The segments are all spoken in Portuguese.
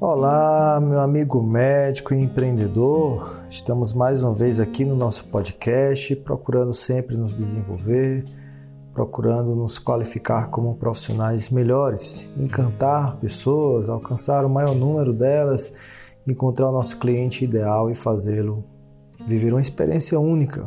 Olá, meu amigo médico e empreendedor. Estamos mais uma vez aqui no nosso podcast, procurando sempre nos desenvolver, procurando nos qualificar como profissionais melhores, encantar pessoas, alcançar o maior número delas, encontrar o nosso cliente ideal e fazê-lo viver uma experiência única.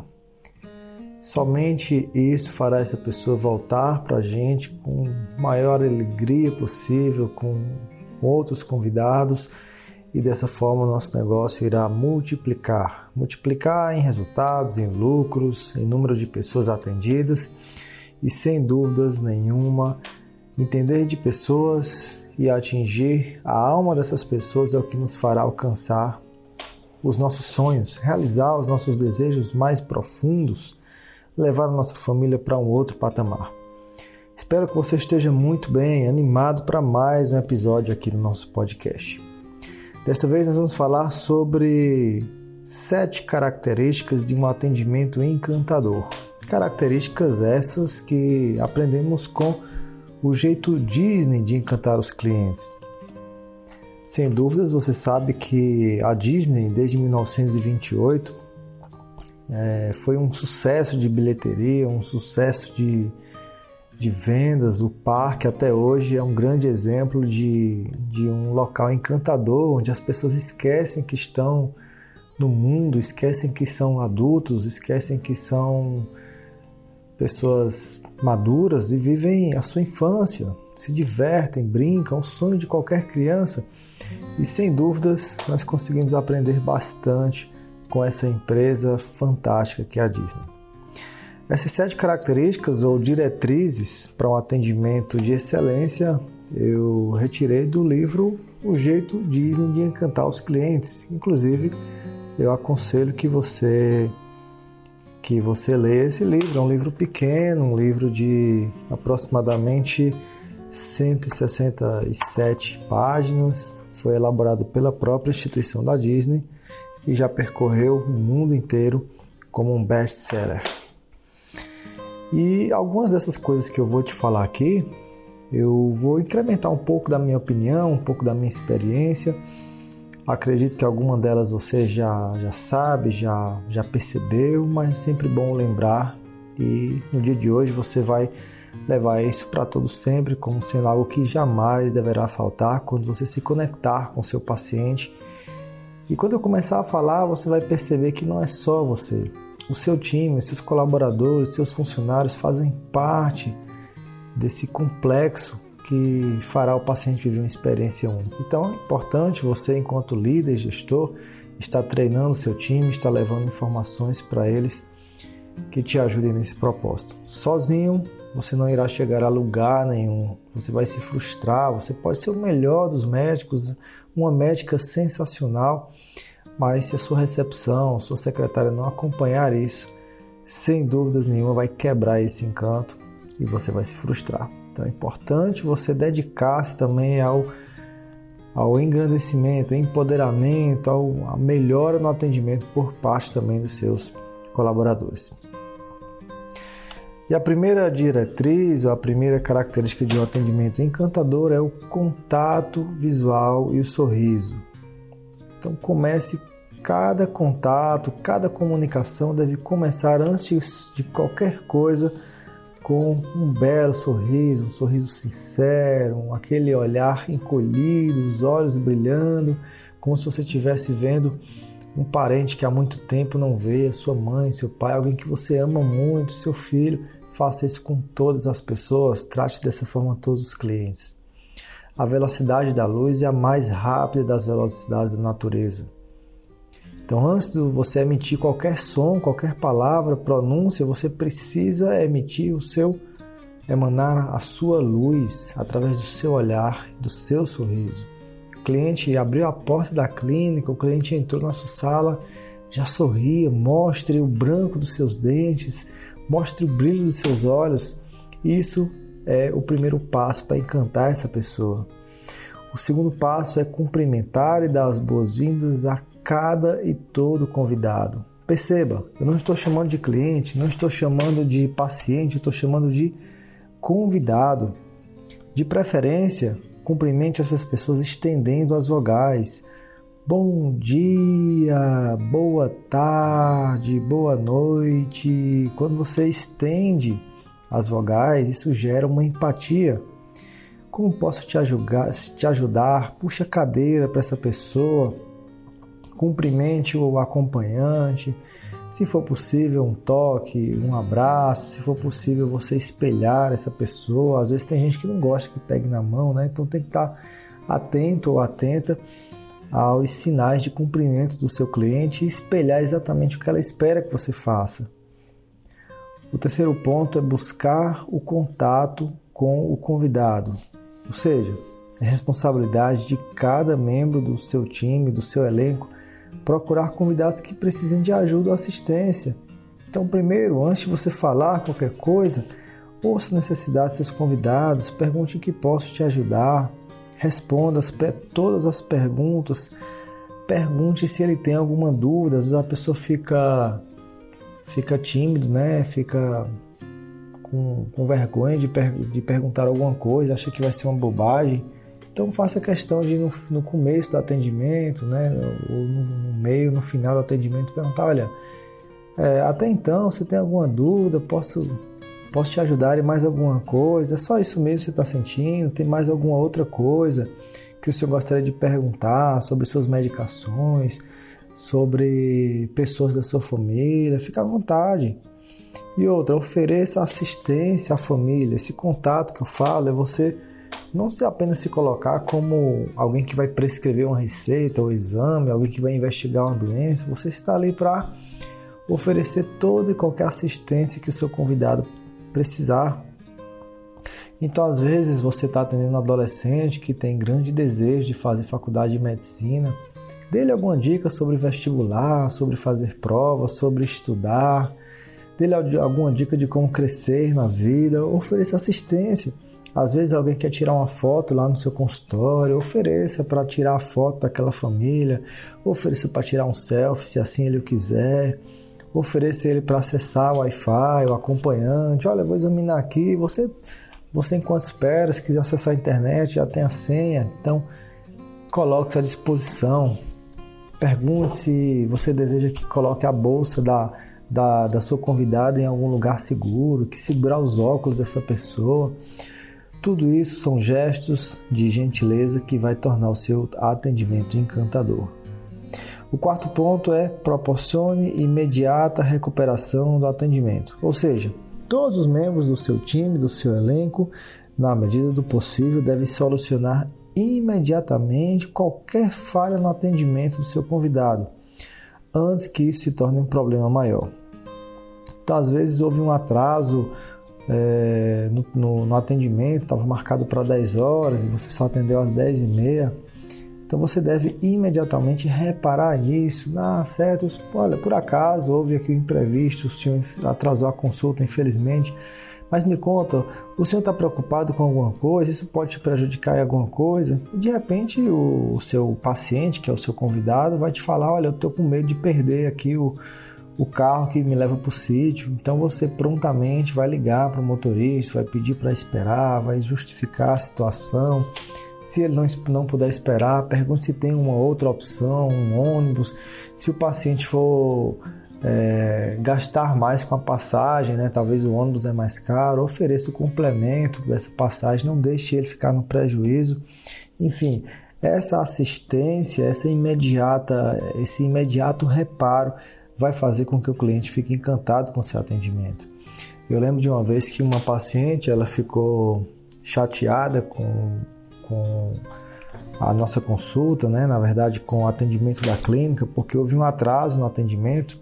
Somente isso fará essa pessoa voltar para a gente com a maior alegria possível, com outros convidados, e dessa forma o nosso negócio irá multiplicar em resultados, em lucros, em número de pessoas atendidas e, sem dúvidas nenhuma, entender de pessoas e atingir a alma dessas pessoas é o que nos fará alcançar os nossos sonhos, realizar os nossos desejos mais profundos, levar a nossa família para um outro patamar. Espero que você esteja muito bem, animado para mais um episódio aqui no nosso podcast. Desta vez nós vamos falar sobre 7 características de um atendimento encantador. Características essas que aprendemos com o jeito Disney de encantar os clientes. Sem dúvidas, você sabe que a Disney, desde 1928, foi um sucesso de bilheteria, um sucesso de vendas. O parque até hoje é um grande exemplo de um local encantador, onde as pessoas esquecem que estão no mundo, esquecem que são adultos, esquecem que são pessoas maduras e vivem a sua infância, se divertem, brincam, o sonho de qualquer criança. E sem dúvidas nós conseguimos aprender bastante com essa empresa fantástica que é a Disney. Essas 7 características ou diretrizes para um atendimento de excelência eu retirei do livro O Jeito Disney de Encantar os Clientes. Inclusive, eu aconselho que você leia esse livro. É um livro pequeno, um livro de aproximadamente 167 páginas. Foi elaborado pela própria instituição da Disney e já percorreu o mundo inteiro como um best-seller. E algumas dessas coisas que eu vou te falar aqui, eu vou incrementar um pouco da minha opinião, um pouco da minha experiência. Acredito que alguma delas você já sabe, já percebeu, mas é sempre bom lembrar. E no dia de hoje você vai levar isso para todo sempre, como sendo algo que jamais deverá faltar quando você se conectar com o seu paciente. E quando eu começar a falar, você vai perceber que não é só você. O seu time, seus colaboradores, seus funcionários fazem parte desse complexo que fará o paciente viver uma experiência única. Então é importante você, enquanto líder e gestor, estar treinando o seu time, estar levando informações para eles que te ajudem nesse propósito. Sozinho, você não irá chegar a lugar nenhum, você vai se frustrar, você pode ser o melhor dos médicos, uma médica sensacional, mas se a sua recepção, sua secretária não acompanhar isso, sem dúvidas nenhuma vai quebrar esse encanto e você vai se frustrar. Então é importante você dedicar-se também ao engrandecimento, ao empoderamento, à melhora no atendimento por parte também dos seus colaboradores. E a primeira diretriz, ou a primeira característica de um atendimento encantador é o contato visual e o sorriso. Então comece cada contato, cada comunicação deve começar antes de qualquer coisa com um belo sorriso, um sorriso sincero, aquele olhar encolhido, os olhos brilhando, como se você estivesse vendo um parente que há muito tempo não vê, sua mãe, seu pai, alguém que você ama muito, seu filho. Faça isso com todas as pessoas, trate dessa forma todos os clientes. A velocidade da luz é a mais rápida das velocidades da natureza. Então, antes de você emitir qualquer som, qualquer palavra, pronúncia, você precisa emanar a sua luz através do seu olhar, do seu sorriso. O cliente abriu a porta da clínica, o cliente entrou na sua sala, já sorria, mostre o branco dos seus dentes, mostre o brilho dos seus olhos. Isso é o primeiro passo para encantar essa pessoa. O segundo passo é cumprimentar e dar as boas-vindas a cada e todo convidado. Perceba, eu não estou chamando de cliente, não estou chamando de paciente, eu estou chamando de convidado. De preferência, cumprimente essas pessoas estendendo as vogais. Bom dia, boa tarde, boa noite. Quando você estende as vogais, isso gera uma empatia. Como posso te ajudar? Puxa a cadeira para essa pessoa, cumprimente o acompanhante. Se for possível, um toque, um abraço. Se for possível, você espelhar essa pessoa. Às vezes tem gente que não gosta que pegue na mão, né? Então tem que estar atento ou atenta aos sinais de cumprimento do seu cliente e espelhar exatamente o que ela espera que você faça. O terceiro ponto é buscar o contato com o convidado. Ou seja, é responsabilidade de cada membro do seu time, do seu elenco, procurar convidados que precisem de ajuda ou assistência. Então, primeiro, antes de você falar qualquer coisa, ouça a necessidade dos seus convidados, pergunte em que posso te ajudar, responda todas as perguntas, pergunte se ele tem alguma dúvida. Às vezes a pessoa fica tímido, né? Fica com vergonha de perguntar alguma coisa, acha que vai ser uma bobagem. Então faça questão de no começo do atendimento, né? Ou no meio, no final do atendimento, perguntar: olha, até então você tem alguma dúvida? Posso te ajudar em mais alguma coisa? É só isso mesmo que você está sentindo? Tem mais alguma outra coisa que o senhor gostaria de perguntar sobre suas medicações, sobre pessoas da sua família? Fica à vontade. E outra, ofereça assistência à família. Esse contato que eu falo é você não apenas se colocar como alguém que vai prescrever uma receita ou exame, alguém que vai investigar uma doença. Você está ali para oferecer toda e qualquer assistência que o seu convidado precisar. Então, às vezes, você está atendendo um adolescente que tem grande desejo de fazer faculdade de medicina. Dê-lhe alguma dica sobre vestibular, sobre fazer provas, sobre estudar. Dê-lhe alguma dica de como crescer na vida. Ofereça assistência. Às vezes alguém quer tirar uma foto lá no seu consultório, ofereça para tirar a foto daquela família, ofereça para tirar um selfie, se assim ele o quiser, ofereça ele para acessar o Wi-Fi, o acompanhante. Olha, eu vou examinar aqui, você enquanto espera, se quiser acessar a internet, já tem a senha, então coloque-se à disposição. Pergunte se você deseja que coloque a bolsa da sua convidada em algum lugar seguro, que segurar os óculos dessa pessoa. Tudo isso são gestos de gentileza que vai tornar o seu atendimento encantador. O quarto ponto é: proporcione imediata recuperação do atendimento. Ou seja, todos os membros do seu time, do seu elenco, na medida do possível, devem solucionar imediatamente qualquer falha no atendimento do seu convidado, antes que isso se torne um problema maior. Então, às vezes, houve um atraso no atendimento, estava marcado para 10 horas e você só atendeu às 10h30. Então você deve imediatamente reparar isso. Certo, olha, por acaso houve aqui um imprevisto, o senhor atrasou a consulta, infelizmente, mas me conta, o senhor está preocupado com alguma coisa? Isso pode te prejudicar em alguma coisa? E de repente o seu paciente, que é o seu convidado, vai te falar: olha, eu estou com medo de perder aqui o carro que me leva para o sítio. Então você prontamente vai ligar para o motorista, vai pedir para esperar, vai justificar a situação. Se ele não puder esperar, pergunte se tem uma outra opção, um ônibus. Se o paciente for gastar mais com a passagem, né? Talvez o ônibus é mais caro, ofereça o complemento dessa passagem, não deixe ele ficar no prejuízo. Enfim, essa assistência, esse imediato reparo vai fazer com que o cliente fique encantado com o seu atendimento. Eu lembro de uma vez que uma paciente, ela ficou chateada com a nossa consulta, né? Na verdade, com o atendimento da clínica, porque houve um atraso no atendimento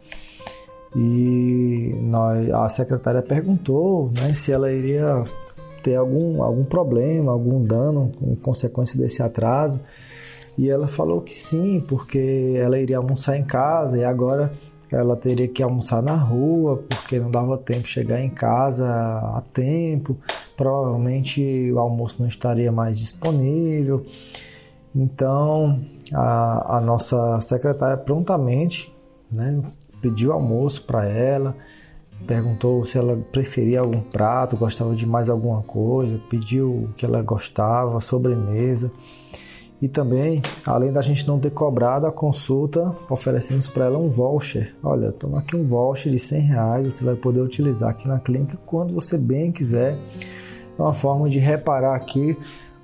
e a secretária perguntou, né, se ela iria ter algum problema, algum dano em consequência desse atraso, e ela falou que sim, porque ela iria almoçar em casa e agora ela teria que almoçar na rua, porque não dava tempo de chegar em casa a tempo, provavelmente o almoço não estaria mais disponível. Então, a nossa secretária prontamente, né, pediu almoço para ela perguntou se ela preferia algum prato, gostava de mais alguma coisa, pediu o que ela gostava, sobremesa. E também, além da gente não ter cobrado a consulta, oferecemos para ela um voucher. Olha, toma aqui um voucher de R$100, você vai poder utilizar aqui na clínica quando você bem quiser. É uma forma de reparar aqui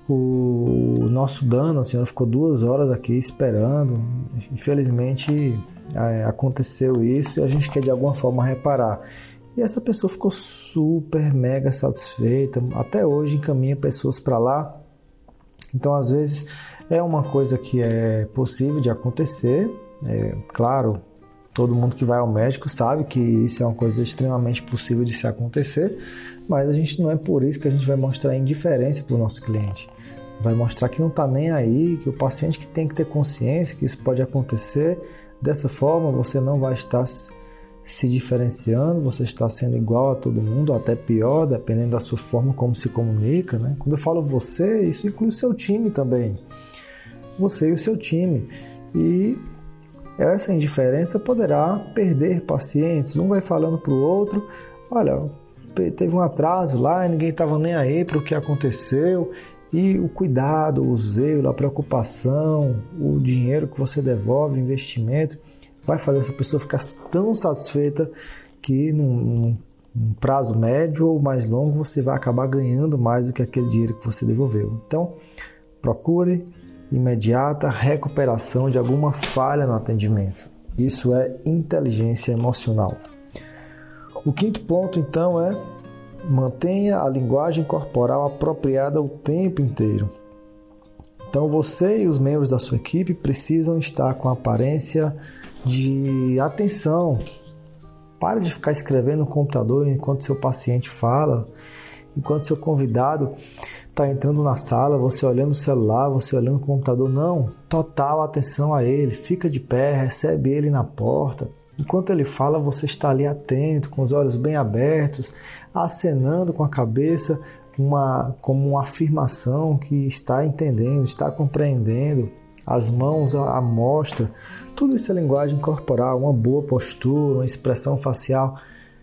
o nosso dano. A senhora ficou 2 horas aqui esperando. Infelizmente, aconteceu isso e a gente quer de alguma forma reparar. E essa pessoa ficou super, mega satisfeita. Até hoje encaminha pessoas para lá. Então, às vezes, é uma coisa que é possível de acontecer. Claro, todo mundo que vai ao médico sabe que isso é uma coisa extremamente possível de se acontecer, mas a gente não é por isso que a gente vai mostrar indiferença para o nosso cliente. Vai mostrar que não está nem aí, que o paciente que tem que ter consciência que isso pode acontecer. Dessa forma, você não vai estar se diferenciando, você está sendo igual a todo mundo, até pior, dependendo da sua forma como se comunica, né? Quando eu falo você, isso inclui o seu time também. Você e o seu time. E essa indiferença poderá perder pacientes. Um vai falando para o outro, olha, teve um atraso lá e ninguém estava nem aí para o que aconteceu. E o cuidado, o zelo, a preocupação, o dinheiro que você devolve, o investimento, vai fazer essa pessoa ficar tão satisfeita que num prazo médio ou mais longo você vai acabar ganhando mais do que aquele dinheiro que você devolveu. Então, procure imediata recuperação de alguma falha no atendimento. Isso é inteligência emocional. O 5º ponto, então, é mantenha a linguagem corporal apropriada o tempo inteiro. Então, você e os membros da sua equipe precisam estar com a aparência de atenção. Pare de ficar escrevendo no computador enquanto seu paciente fala, enquanto seu convidado está entrando na sala, você olhando o celular, você olhando o computador. Não, total atenção a ele. Fica de pé, recebe ele na porta. Enquanto ele fala, você está ali atento, com os olhos bem abertos, acenando com a cabeça como uma afirmação que está entendendo, está compreendendo. As mãos à mostra. Tudo isso é linguagem corporal, uma boa postura, uma expressão facial.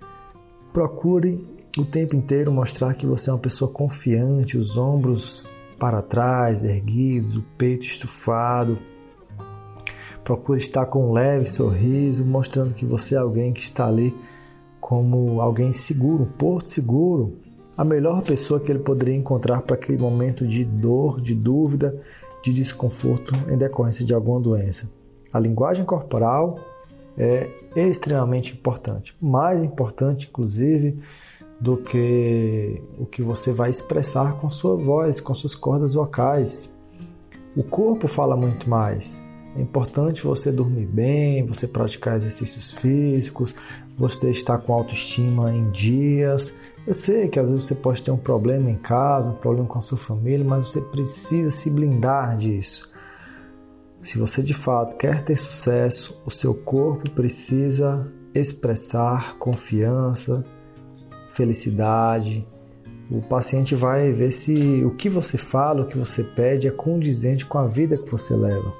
Procure o tempo inteiro mostrar que você é uma pessoa confiante, os ombros para trás, erguidos, o peito estufado. Procure estar com um leve sorriso, mostrando que você é alguém que está ali como alguém seguro, um porto seguro. A melhor pessoa que ele poderia encontrar para aquele momento de dor, de dúvida, de desconforto em decorrência de alguma doença. A linguagem corporal é extremamente importante, mais importante, inclusive, do que o que você vai expressar com sua voz, com suas cordas vocais. O corpo fala muito mais. É importante você dormir bem, você praticar exercícios físicos, você estar com autoestima em dias. Eu sei que às vezes você pode ter um problema em casa, um problema com a sua família, mas você precisa se blindar disso. Se você de fato quer ter sucesso, o seu corpo precisa expressar confiança, felicidade. O paciente vai ver se o que você fala, o que você pede é condizente com a vida que você leva.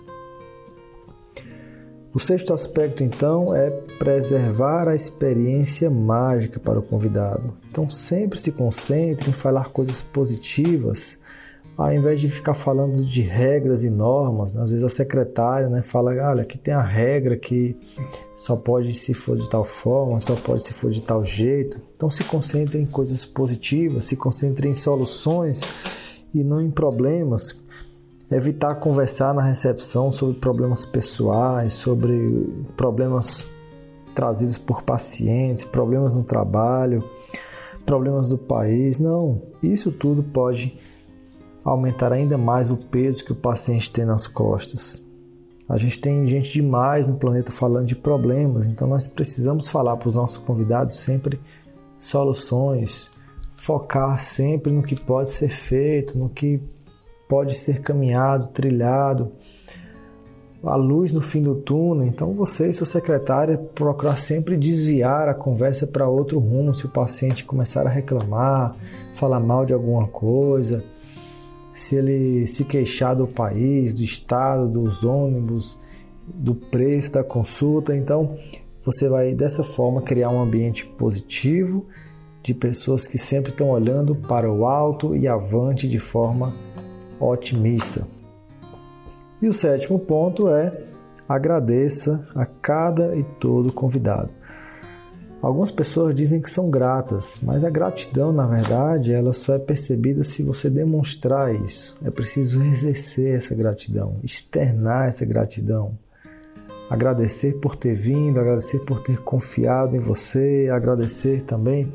O 6º aspecto, então, é preservar a experiência mágica para o convidado. Então, sempre se concentre em falar coisas positivas, ao invés de ficar falando de regras e normas. Às vezes a secretária fala, olha, aqui tem a regra que só pode se for de tal forma, só pode se for de tal jeito. Então, se concentre em coisas positivas, se concentre em soluções e não em problemas. Evitar conversar na recepção sobre problemas pessoais, sobre problemas trazidos por pacientes, problemas no trabalho, problemas do país. Não, isso tudo pode aumentar ainda mais o peso que o paciente tem nas costas. A gente tem gente demais no planeta falando de problemas, então nós precisamos falar para os nossos convidados sempre soluções, focar sempre no que pode ser feito, no que pode ser caminhado, trilhado, a luz no fim do túnel. Então você e sua secretária procurar sempre desviar a conversa para outro rumo se o paciente começar a reclamar, falar mal de alguma coisa, se ele se queixar do país, do estado, dos ônibus, do preço da consulta. Então Você vai, dessa forma, criar um ambiente positivo de pessoas que sempre estão olhando para o alto e avante de forma otimista. E o 7º ponto é: agradeça a cada e todo convidado. Algumas pessoas dizem que são gratas, mas a gratidão, na verdade, ela só é percebida se você demonstrar isso. É preciso exercer essa gratidão, externar essa gratidão. Agradecer por ter vindo, agradecer por ter confiado em você, agradecer também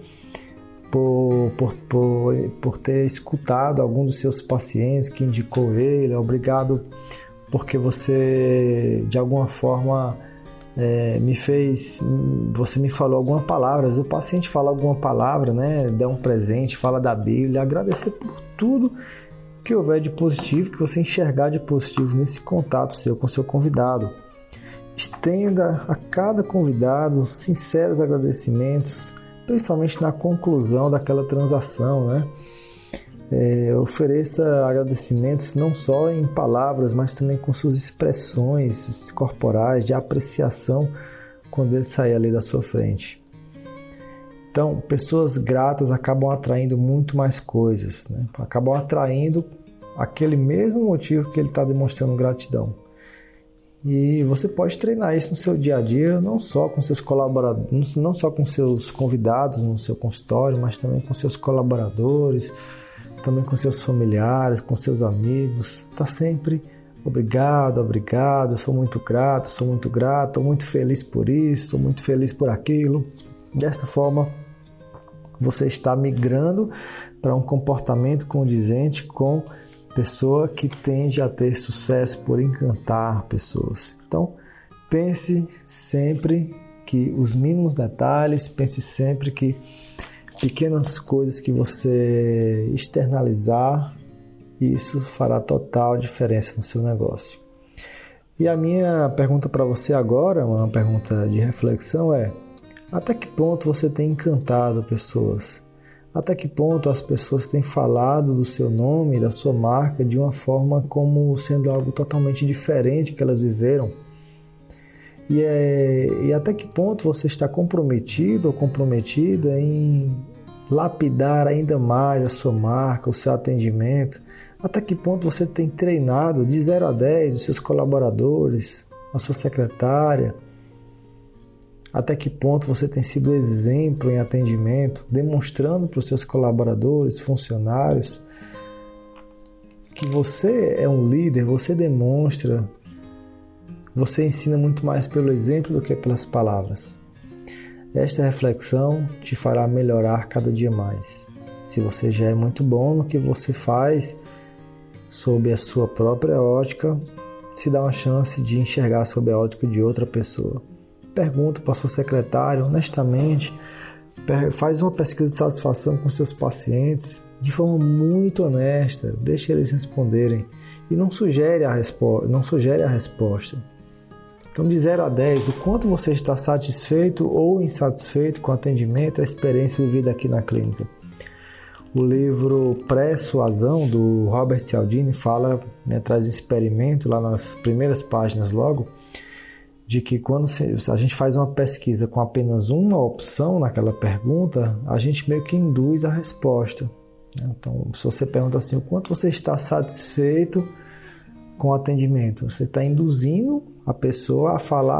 por ter escutado algum dos seus pacientes que indicou ele. Obrigado porque você, de alguma forma, você me falou alguma palavra. Às vezes o paciente fala alguma palavra, né? Dá um presente, fala da Bíblia. Agradecer por tudo que houver de positivo, que você enxergar de positivo nesse contato seu com o seu convidado. Estenda a cada convidado sinceros agradecimentos, principalmente na conclusão daquela transação, né? Ofereça agradecimentos não só em palavras, mas também com suas expressões corporais de apreciação quando ele sair ali da sua frente. Então, pessoas gratas acabam atraindo muito mais coisas, né? Acabam atraindo aquele mesmo motivo que ele está demonstrando gratidão. E você pode treinar isso no seu dia a dia, não só com seus colaboradores, não só com seus convidados no seu consultório, mas também com seus colaboradores, também com seus familiares, com seus amigos. Tá sempre obrigado, eu sou muito grato, estou muito feliz por isso, estou muito feliz por aquilo. Dessa forma, você está migrando para um comportamento condizente com pessoa que tende a ter sucesso por encantar pessoas. Então, pense sempre que os mínimos detalhes, pense sempre que pequenas coisas que você externalizar, isso fará total diferença no seu negócio. E a minha pergunta para você agora, uma pergunta de reflexão é: até que ponto você tem encantado pessoas? Até que ponto as pessoas têm falado do seu nome, da sua marca, de uma forma como sendo algo totalmente diferente que elas viveram? E até que ponto você está comprometido ou comprometida em lapidar ainda mais a sua marca, o seu atendimento? Até que ponto você tem treinado de 0 a 10 os seus colaboradores, a sua secretária? Até que ponto você tem sido exemplo em atendimento, demonstrando para os seus colaboradores, funcionários, que você é um líder, você demonstra, você ensina muito mais pelo exemplo do que pelas palavras. Esta reflexão te fará melhorar cada dia mais. Se você já é muito bom no que você faz, sob a sua própria ótica, se dá uma chance de enxergar sob a ótica de outra pessoa. Pergunta para o seu secretário, honestamente, faz uma pesquisa de satisfação com seus pacientes de forma muito honesta, deixe eles responderem e não sugere a resposta. Então, de 0 a 10, o quanto você está satisfeito ou insatisfeito com o atendimento e a experiência vivida aqui na clínica. O livro Pré-Suasão, do Robert Cialdini, fala, traz um experimento lá nas primeiras páginas logo, de que quando a gente faz uma pesquisa com apenas uma opção naquela pergunta, a gente meio que induz a resposta. Então, se você pergunta assim, o quanto você está satisfeito com o atendimento, você está induzindo a pessoa a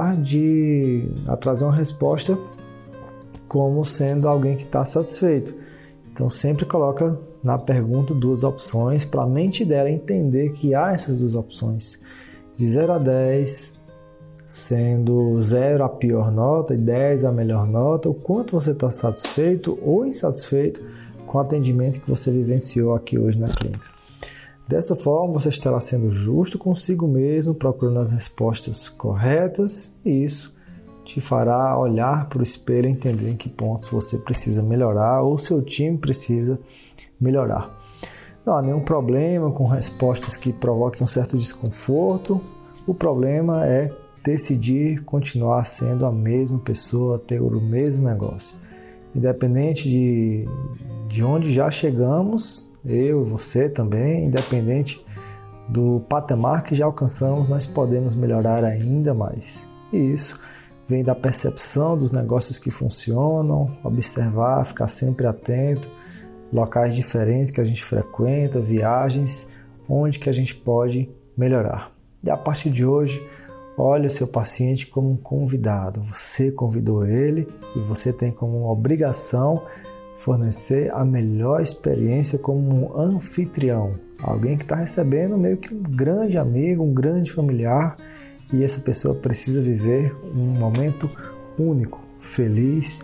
a trazer uma resposta como sendo alguém que está satisfeito. Então, sempre coloca na pergunta 2 opções para a mente dela entender que há essas 2 opções. De 0 a 10... sendo 0 a pior nota e 10 a melhor nota, o quanto você está satisfeito ou insatisfeito com o atendimento que você vivenciou aqui hoje na clínica. Dessa forma, você estará sendo justo consigo mesmo, procurando as respostas corretas, e isso te fará olhar para o espelho e entender em que pontos você precisa melhorar ou seu time precisa melhorar. Não há nenhum problema com respostas que provoquem um certo desconforto. O problema é decidir continuar sendo a mesma pessoa, ter o mesmo negócio. Independente de onde já chegamos, eu e você também, independente do patamar que já alcançamos, nós podemos melhorar ainda mais. E isso vem da percepção dos negócios que funcionam, observar, ficar sempre atento, locais diferentes que a gente frequenta, viagens, onde que a gente pode melhorar. E a partir de hoje, olhe o seu paciente como um convidado. Você convidou ele e você tem como obrigação fornecer a melhor experiência como um anfitrião. Alguém que está recebendo meio que um grande amigo, um grande familiar, e essa pessoa precisa viver um momento único, feliz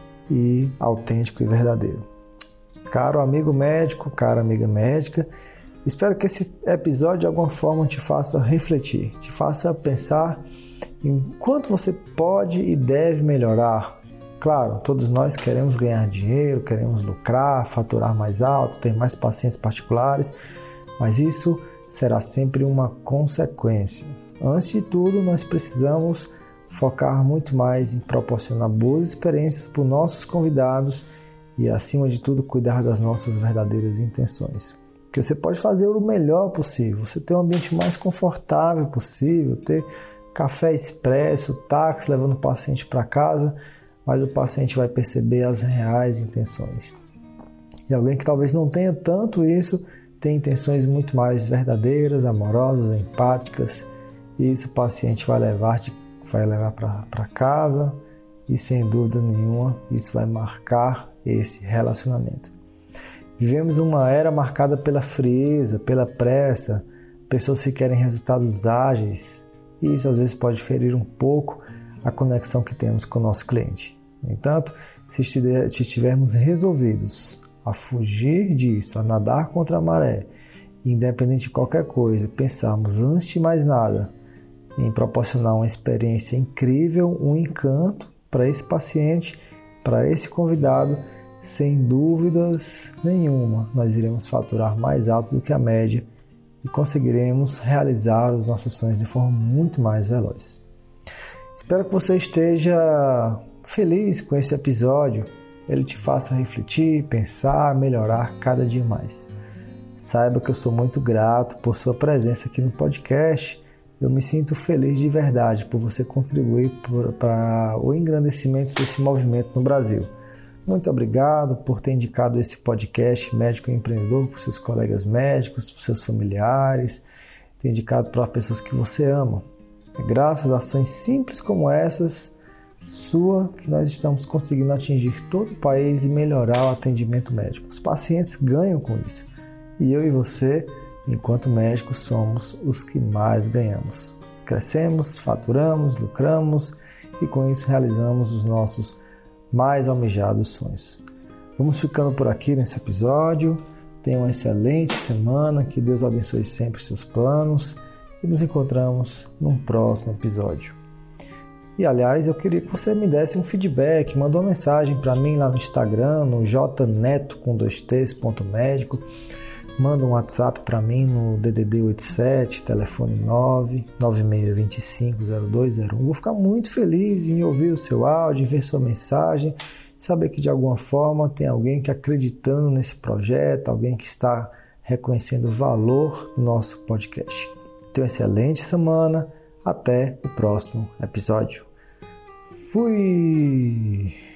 e autêntico e verdadeiro. Caro amigo médico, cara amiga médica, espero que esse episódio de alguma forma te faça refletir, te faça pensar em quanto você pode e deve melhorar. Claro, todos nós queremos ganhar dinheiro, queremos lucrar, faturar mais alto, ter mais pacientes particulares, mas isso será sempre uma consequência. Antes de tudo, nós precisamos focar muito mais em proporcionar boas experiências para os nossos convidados e, acima de tudo, cuidar das nossas verdadeiras intenções. Porque você pode fazer o melhor possível, você ter um ambiente mais confortável possível, ter café expresso, táxi levando o paciente para casa, mas o paciente vai perceber as reais intenções. E alguém que talvez não tenha tanto isso, tem intenções muito mais verdadeiras, amorosas, empáticas, e isso o paciente vai levar para casa e, sem dúvida nenhuma, isso vai marcar esse relacionamento. Vivemos uma era marcada pela frieza, pela pressa, pessoas que querem resultados ágeis, e isso às vezes pode ferir um pouco a conexão que temos com o nosso cliente. No entanto, se estivermos resolvidos a fugir disso, a nadar contra a maré, independente de qualquer coisa, pensarmos antes de mais nada em proporcionar uma experiência incrível, um encanto para esse paciente, para esse convidado, sem dúvidas nenhuma, nós iremos faturar mais alto do que a média e conseguiremos realizar os nossos sonhos de forma muito mais veloz. Espero que você esteja feliz com esse episódio, ele te faça refletir, pensar, melhorar cada dia mais. Saiba que eu sou muito grato por sua presença aqui no podcast. Eu me sinto feliz de verdade por você contribuir para o engrandecimento desse movimento no Brasil. Muito obrigado por ter indicado esse podcast Médico e Empreendedor para os seus colegas médicos, para os seus familiares, ter indicado para pessoas que você ama. É graças a ações simples como essas, sua, que nós estamos conseguindo atingir todo o país e melhorar o atendimento médico. Os pacientes ganham com isso. E eu e você, enquanto médicos, somos os que mais ganhamos. Crescemos, faturamos, lucramos e com isso realizamos os nossos mais almejados sonhos. Vamos ficando por aqui nesse episódio. Tenha uma excelente semana, que Deus abençoe sempre os seus planos e nos encontramos num próximo episódio. E aliás, eu queria que você me desse um feedback, mandou uma mensagem para mim lá no Instagram, no jneto.médico, manda um WhatsApp para mim no DDD 87, telefone 996250201. Vou ficar muito feliz em ouvir o seu áudio, ver sua mensagem, saber que de alguma forma tem alguém que acreditando nesse projeto, alguém que está reconhecendo o valor do nosso podcast. Tenha uma excelente semana, até o próximo episódio. Fui!